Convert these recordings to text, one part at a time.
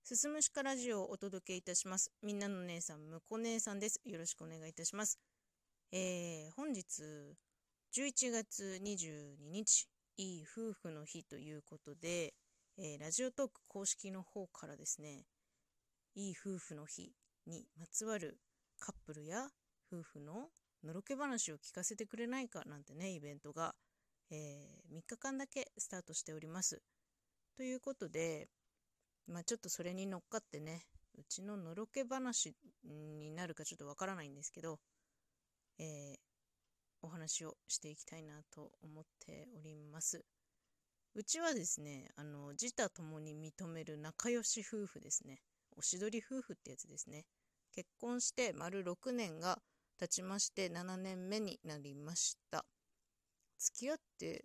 すすむしかラジオをお届けいたします。みんなの姉さん、むこ姉さんです。よろしくお願いいたします。本日、11月22日、いい夫婦の日ということで、ラジオトーク公式の方からですね、いい夫婦の日にまつわるカップルや夫婦ののろけ話を聞かせてくれないかなんてね、イベントが、3日間だけスタートしております。ということで、ちょっとそれに乗っかってね、うちののろけ話になるかちょっとわからないんですけど、えーお話をしていきたいなと思っております。うちはですね、自他ともに認める仲良し夫婦ですね。おしどり夫婦ってやつですね。結婚して丸6年が経ちまして7年目になりました。付き合って、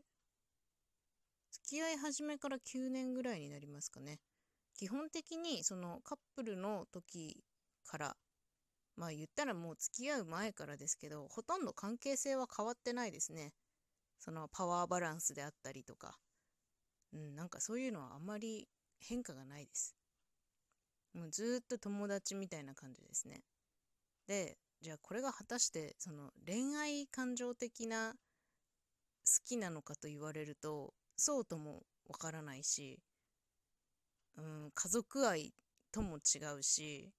付き合い始めから9年ぐらいになりますかね。基本的にそのカップルの時から、言ったらもう付き合う前からですけど、ほとんど関係性は変わってないですね。そのパワーバランスであったりとか、なんかそういうのはあんまり変化がないです。もうずーっと友達みたいな感じですね。で、じゃあこれが果たしてその恋愛感情的な好きなのかと言われると、そうともわからないし、家族愛とも違うし、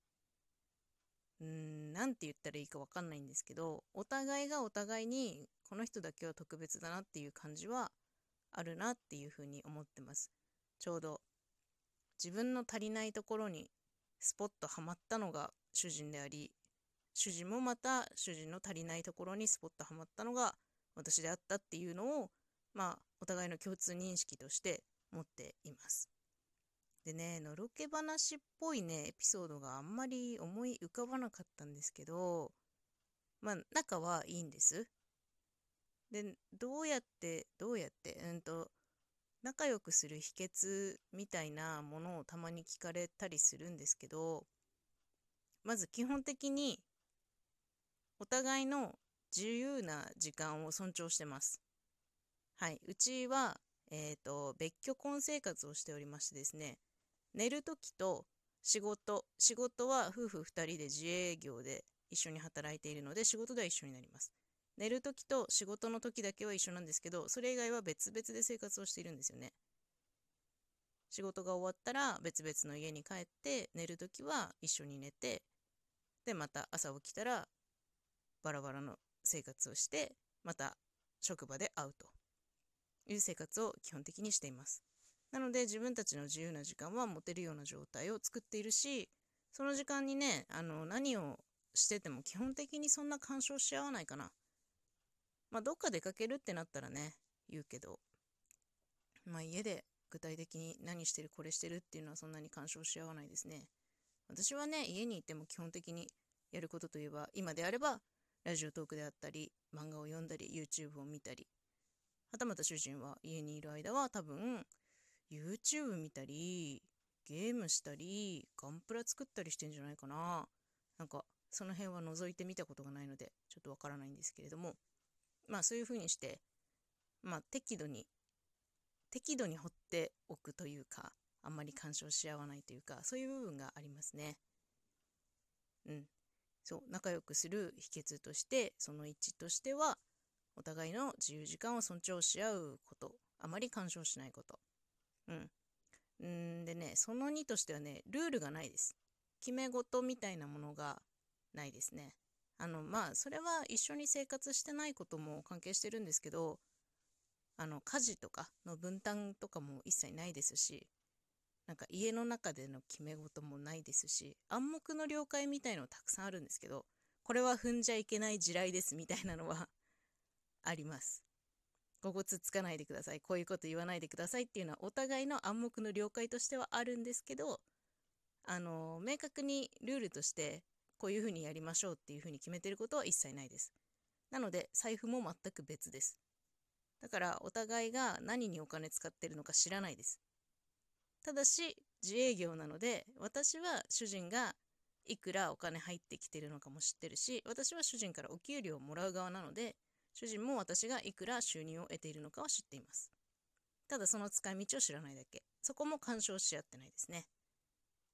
なんて言ったらいいかわかんないんですけど、お互いがお互いにこの人だけは特別だなっていう感じはあるなっていうふうに思ってます。ちょうど自分の足りないところにスポッとはまったのが主人であり、主人もまた主人の足りないところにスポッとはまったのが私であったっていうのを、お互いの共通認識として持っています。でね、のろけ話っぽいね、エピソードがあんまり思い浮かばなかったんですけど、仲はいいんです。で、仲良くする秘訣みたいなものをたまに聞かれたりするんですけど、まず基本的にお互いの自由な時間を尊重してます。はい。うちは、別居婚生活をしておりましてですね、寝るときと仕事は夫婦2人で自営業で一緒に働いているので、仕事では一緒になります。寝るときと仕事の時だけは一緒なんですけど、それ以外は別々で生活をしているんですよね。仕事が終わったら別々の家に帰って、寝るときは一緒に寝て、で、また朝起きたらバラバラの生活をして、また職場で会うという生活を基本的にしています。なので自分たちの自由な時間は持てるような状態を作っているし、その時間にね、何をしてても基本的にそんな干渉し合わないかな。どっか出かけるってなったらね、言うけど、家で具体的に何してる、これしてるっていうのはそんなに干渉し合わないですね。私はね、家にいても基本的にやることといえば、今であれば、ラジオトークであったり、漫画を読んだり、YouTube を見たり、はたまた主人は家にいる間は多分、YouTube 見たり、ゲームしたり、ガンプラ作ったりしてんじゃないかな。なんか、その辺は覗いてみたことがないので、ちょっとわからないんですけれども、そういう風にして、適度に放っておくというか、あんまり干渉し合わないというか、そういう部分がありますね。うん。そう、仲良くする秘訣として、その1としては、お互いの自由時間を尊重し合うこと。あまり干渉しないこと。うん。でね、その2としてはね、ルールがないです。決め事みたいなものがないですね。それは一緒に生活してないことも関係してるんですけど、家事とかの分担とかも一切ないですし、なんか家の中での決め事もないですし、暗黙の了解みたいのたくさんあるんですけど、これは踏んじゃいけない地雷ですみたいなのはあります。ここつっつかないでください。こういうこと言わないでくださいっていうのはお互いの暗黙の了解としてはあるんですけど、明確にルールとしてこういうふうにやりましょうっていうふうに決めてることは一切ないです。なので財布も全く別です。だからお互いが何にお金使ってるのか知らないです。ただし自営業なので、私は主人がいくらお金入ってきてるのかも知ってるし、私は主人からお給料をもらう側なので、主人も私がいくら収入を得ているのかは知っています。ただその使い道を知らないだけ。そこも干渉し合ってないですね。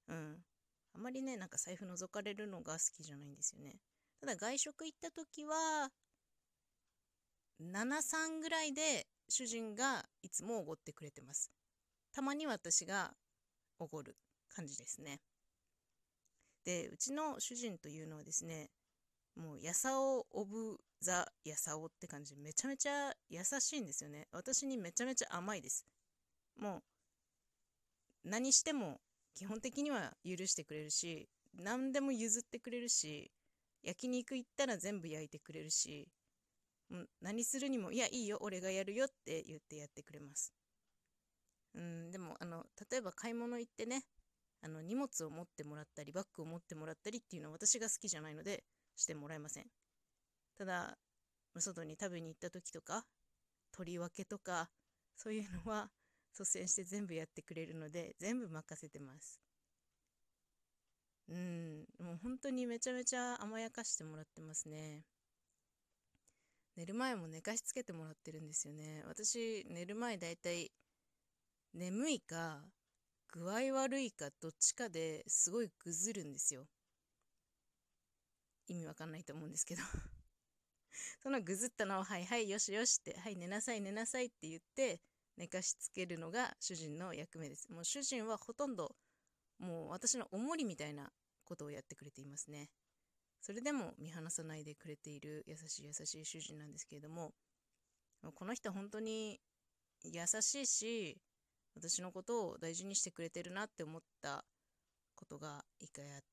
うん。あまりね、なんか財布覗かれるのが好きじゃないんですよね。ただ外食行った時は、7、3ぐらいで主人がいつもおごってくれてます。たまに私がおごる感じですね。で、うちの主人というのはですね、もう、やさおオブザ・やさおって感じで、めちゃめちゃ優しいんですよね。私にめちゃめちゃ甘いです。もう、何しても基本的には許してくれるし、何でも譲ってくれるし、焼肉行ったら全部焼いてくれるし、何するにも、いや、いいよ、俺がやるよって言ってやってくれます。でも、例えば買い物行ってね、荷物を持ってもらったり、バッグを持ってもらったりっていうのは私が好きじゃないので、してもらえません。ただ、外に食べに行った時とか、取り分けとか、そういうのは率先して全部やってくれるので、全部任せてます。もう本当にめちゃめちゃ甘やかしてもらってますね。寝る前も寝かしつけてもらってるんですよね。私、寝る前だいたい眠いか、具合悪いかどっちかですごいぐずるんですよ。意味わかんないと思うんですけどそのぐずったのを、はいはい、よしよしって、はい、寝なさい、寝なさいって言って、寝かしつけるのが主人の役目です。もう主人はほとんど、もう私のおもりみたいなことをやってくれていますね。それでも見放さないでくれている優しい優しい主人なんですけれども、この人本当に優しいし、私のことを大事にしてくれてるなって思ったことが一回あって、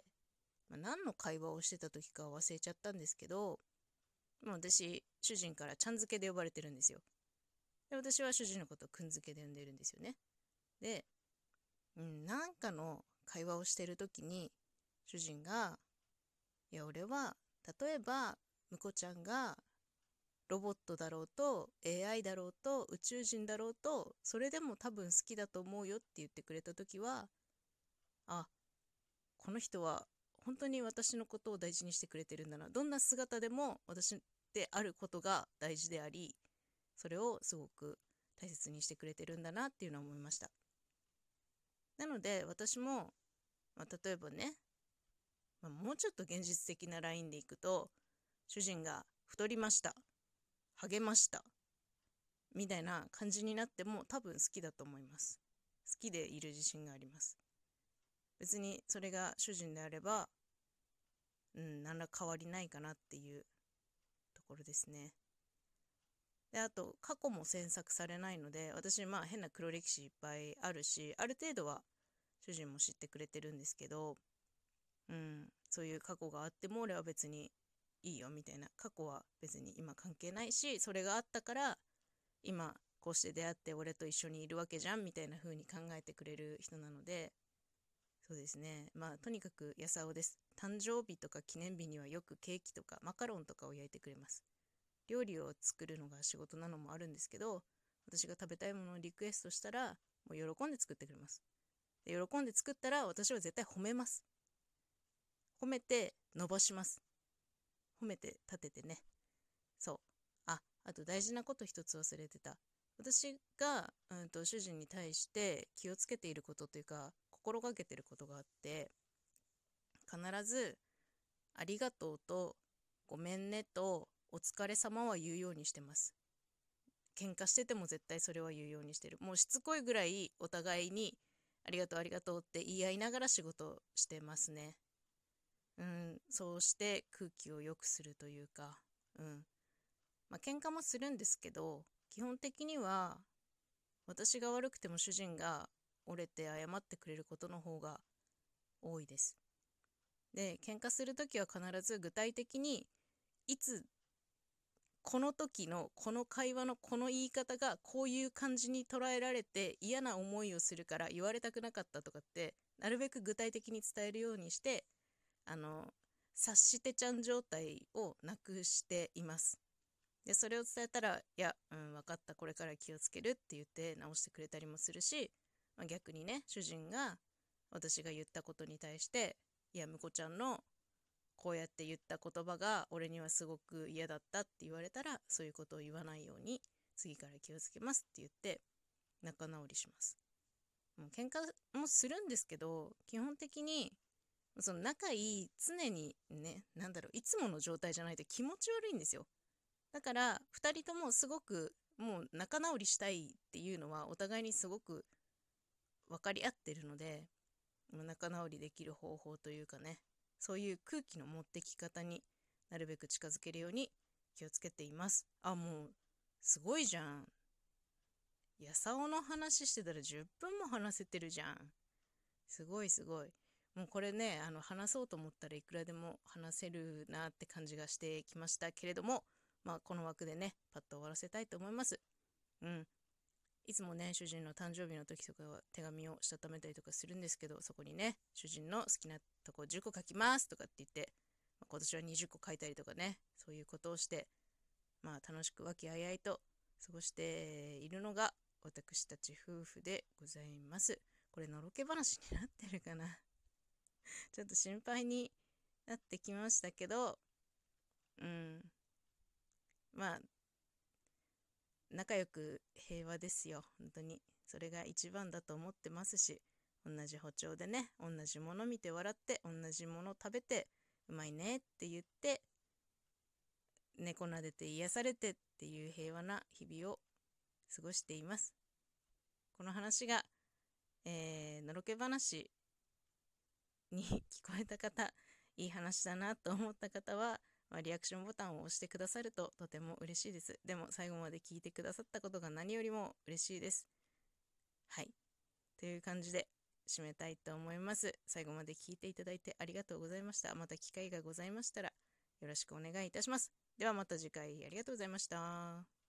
何の会話をしてた時か忘れちゃったんですけど、私、主人からちゃん付けで呼ばれてるんですよ。で、私は主人のことをくん付けで呼んでるんですよね。で、なんかの会話をしてる時に、主人が、いや、俺は、例えば、むこちゃんがロボットだろうと、AI だろうと、宇宙人だろうと、それでも多分好きだと思うよって言ってくれた時は、あ、この人は本当に私のことを大事にしてくれてるんだな。どんな姿でも私であることが大事であり、それをすごく大切にしてくれてるんだなっていうのは思いました。なので私も、例えばね、もうちょっと現実的なラインでいくと、主人が太りました、励ましたみたいな感じになっても多分好きだと思います。好きでいる自信があります。別にそれが主人であれば、何ら変わりないかなっていうところですね。で、あと、過去も詮索されないので、私、変な黒歴史いっぱいあるし、ある程度は主人も知ってくれてるんですけど、そういう過去があっても俺は別にいいよみたいな、過去は別に今関係ないし、それがあったから今こうして出会って俺と一緒にいるわけじゃんみたいな風に考えてくれる人なので、そうですね、とにかくやさおです。誕生日とか記念日にはよくケーキとかマカロンとかを焼いてくれます。料理を作るのが仕事なのもあるんですけど、私が食べたいものをリクエストしたらもう喜んで作ってくれます。で、喜んで作ったら私は絶対褒めます。褒めて伸ばします。褒めて立ててね。そう。あと大事なこと一つ忘れてた。私が、主人に対して気をつけていることというか、心がけていることがあって、必ず、ありがとうと、ごめんねと、お疲れ様は言うようにしてます。喧嘩してても絶対それは言うようにしてる。もうしつこいぐらいお互いに、ありがとうありがとうって言い合いながら仕事してますね。そうして空気を良くするというか、喧嘩もするんですけど、基本的には私が悪くても主人が折れて謝ってくれることの方が多いです。で、喧嘩するときは必ず具体的に、いつ、この時のこの会話のこの言い方がこういう感じに捉えられて嫌な思いをするから言われたくなかったとかって、なるべく具体的に伝えるようにして、察してちゃん状態をなくしています。で、それを伝えたら、いや、分かった、これから気をつけるって言って直してくれたりもするし、逆にね、主人が私が言ったことに対して、いや、むこちゃんのこうやって言った言葉が俺にはすごく嫌だったって言われたら、そういうことを言わないように次から気をつけますって言って仲直りします。もう喧嘩もするんですけど、基本的に、その仲いい、常にね、いつもの状態じゃないと気持ち悪いんですよ。だから、二人ともすごく、もう仲直りしたいっていうのは、お互いにすごく分かり合ってるので、仲直りできる方法というかね、そういう空気の持ってき方になるべく近づけるように気をつけています。あ、もう、すごいじゃん。やさおの話してたら10分も話せてるじゃん。すごいすごい。もうこれね、話そうと思ったらいくらでも話せるなって感じがしてきましたけれども、まあ、この枠でね、パッと終わらせたいと思います。うん。いつもね、主人の誕生日の時とかは手紙をしたためたりとかするんですけど、そこにね、主人の好きなとこ10個書きますとかって言って、今年は20個書いたりとかね、そういうことをして、まあ楽しく和気あいあいと過ごしているのが私たち夫婦でございます。これのろけ話になってるかなちょっと心配になってきましたけど、うん。まあ、仲良く平和ですよ。本当に。それが一番だと思ってますし、同じ歩調でね、同じもの見て笑って、同じもの食べて、うまいねって言って、猫撫でて癒されてっていう平和な日々を過ごしています。この話が、のろけ話に聞こえた方、いい話だなと思った方は、リアクションボタンを押してくださるととても嬉しいです。でも最後まで聞いてくださったことが何よりも嬉しいです。はい。という感じで締めたいと思います。最後まで聞いていただいてありがとうございました。また機会がございましたらよろしくお願いいたします。ではまた次回ありがとうございました。